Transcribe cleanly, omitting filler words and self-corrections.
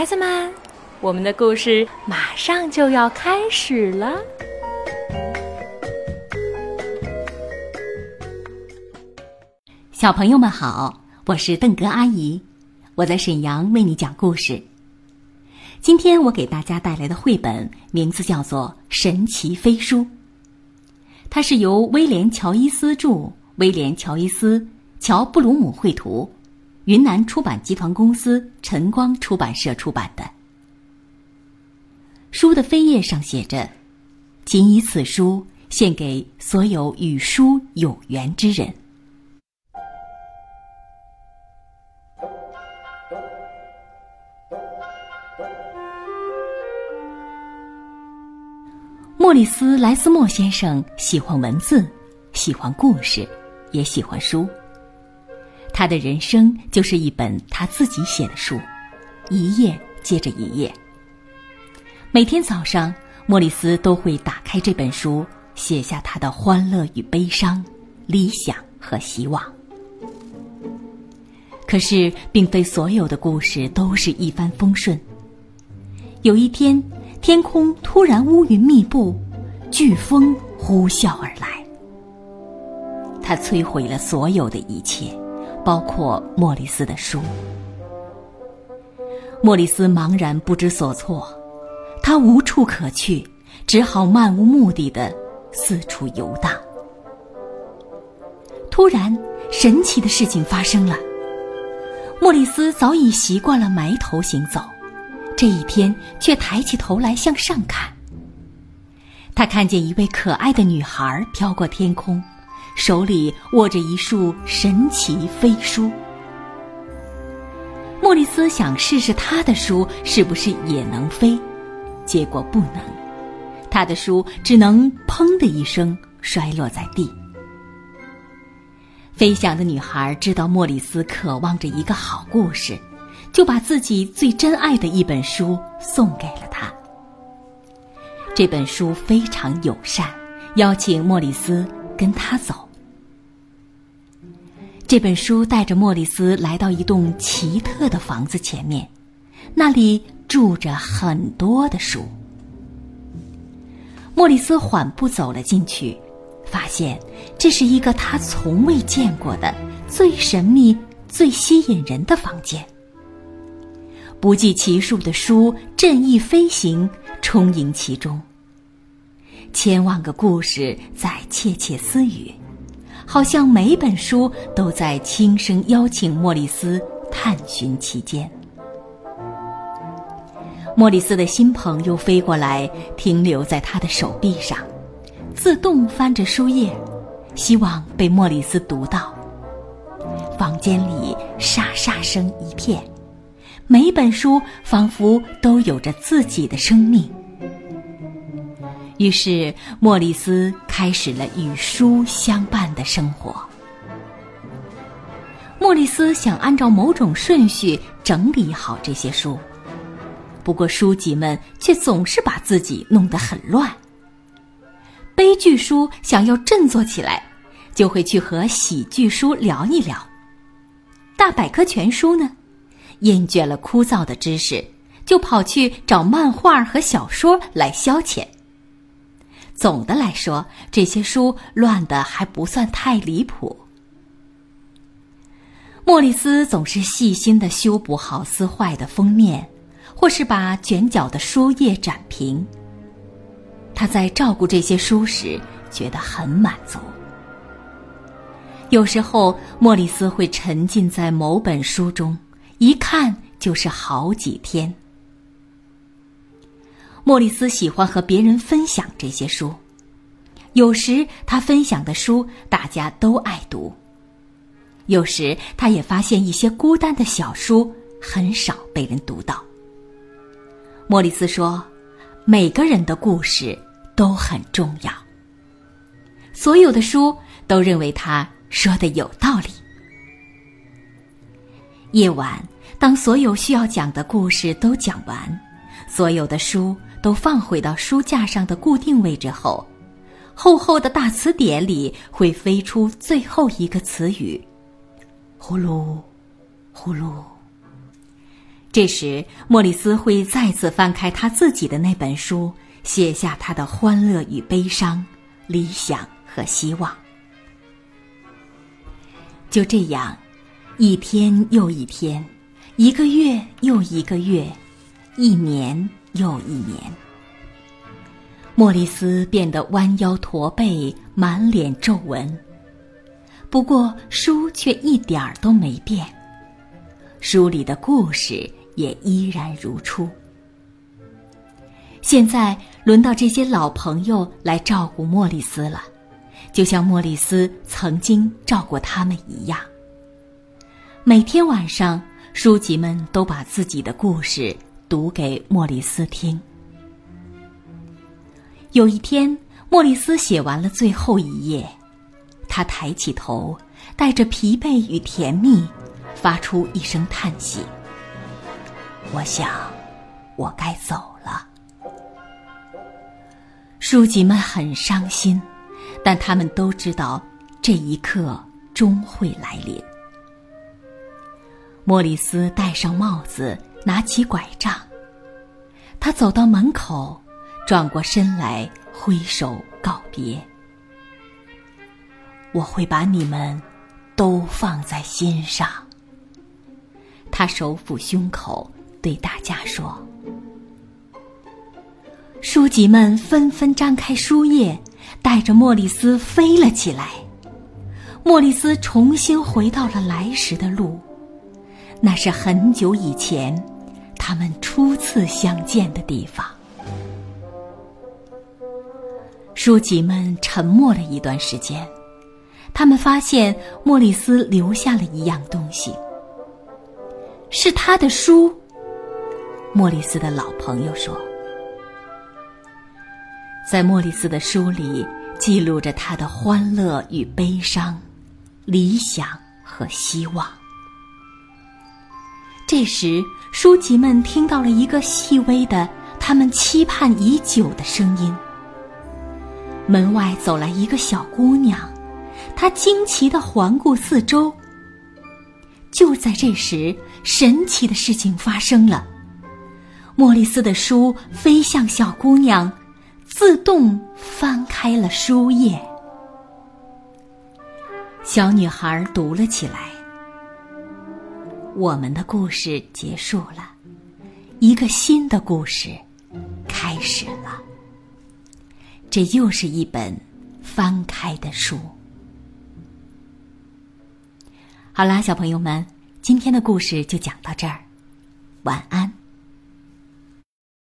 孩子们，我们的故事马上就要开始了。 小朋友们好，我是邓格阿姨，我在沈阳为你讲故事。今天我给大家带来的绘本名字叫做《神奇飞书》，它是由威廉·乔伊斯著，威廉·乔伊斯、乔布鲁姆绘图，云南出版集团公司晨光出版社出版的。书的扉页上写着：谨以此书献给所有与书有缘之人。莫里斯·莱斯莫先生喜欢文字，喜欢故事，也喜欢书。他的人生就是一本他自己写的书，一页接着一页。每天早上，莫里斯都会打开这本书，写下他的欢乐与悲伤、理想和希望。可是，并非所有的故事都是一帆风顺。有一天，天空突然乌云密布，飓风呼啸而来，它摧毁了所有的一切，包括莫里斯的书。莫里斯茫然不知所措，他无处可去，只好漫无目的地四处游荡。突然，神奇的事情发生了。莫里斯早已习惯了埋头行走，这一天却抬起头来向上看。他看见一位可爱的女孩飘过天空，手里握着一束神奇飞书。莫里斯想试试他的书是不是也能飞，结果不能，他的书只能砰的一声摔落在地。飞翔的女孩知道莫里斯渴望着一个好故事，就把自己最珍爱的一本书送给了他。这本书非常友善，邀请莫里斯跟他走。这本书带着莫里斯来到一栋奇特的房子前面，那里住着很多的书。莫里斯缓步走了进去，发现这是一个他从未见过的最神秘、最吸引人的房间。不计其数的书振翼飞行，充盈其中，千万个故事在窃窃私语，好像每本书都在轻声邀请莫里斯探寻其间。莫里斯的新朋友飞过来，停留在他的手臂上，自动翻着书页，希望被莫里斯读到。房间里沙沙声一片，每本书仿佛都有着自己的生命。于是莫里斯开始了与书相伴的生活。莫里斯想按照某种顺序整理好这些书，不过书籍们却总是把自己弄得很乱。悲剧书想要振作起来，就会去和喜剧书聊一聊。大百科全书呢，厌倦了枯燥的知识，就跑去找漫画和小说来消遣。总的来说，这些书乱得还不算太离谱。莫里斯总是细心地修补好撕坏的封面，或是把卷角的书页展平。他在照顾这些书时觉得很满足。有时候莫里斯会沉浸在某本书中，一看就是好几天。莫里斯喜欢和别人分享这些书，有时他分享的书大家都爱读，有时他也发现一些孤单的小书很少被人读到。莫里斯说，每个人的故事都很重要。所有的书都认为他说的有道理。夜晚，当所有需要讲的故事都讲完，所有的书都放回到书架上的固定位置后，厚厚的大词典里会飞出最后一个词语，呼噜呼噜。 这时，莫里斯会再次翻开他自己的那本书，写下他的欢乐与悲伤、理想和希望。就这样，一天又一天，一个月又一个月，一年又一年，莫里斯变得弯腰驼背，满脸皱纹。不过书却一点儿都没变，书里的故事也依然如初。现在轮到这些老朋友来照顾莫里斯了，就像莫里斯曾经照顾他们一样。每天晚上，书籍们都把自己的故事读给莫里斯听。有一天，莫里斯写完了最后一页，他抬起头，带着疲惫与甜蜜，发出一声叹息。我想，我该走了。书籍们很伤心，但他们都知道这一刻终会来临。莫里斯戴上帽子，拿起拐杖，他走到门口，转过身来，挥手告别。我会把你们都放在心上。他手抚胸口，对大家说。书籍们纷纷张开书页，带着莫里斯飞了起来。莫里斯重新回到了来时的路，那是很久以前他们初次相见的地方。书籍们沉默了一段时间，他们发现莫里斯留下了一样东西，是他的书。莫里斯的老朋友说，在莫里斯的书里记录着他的欢乐与悲伤、理想和希望。这时，书籍们听到了一个细微的、他们期盼已久的声音。门外走来一个小姑娘，她惊奇地环顾四周。就在这时，神奇的事情发生了。莫里斯的书飞向小姑娘，自动翻开了书页。小女孩读了起来。我们的故事结束了，一个新的故事开始了。这又是一本翻开的书。好啦，小朋友们，今天的故事就讲到这儿，晚安。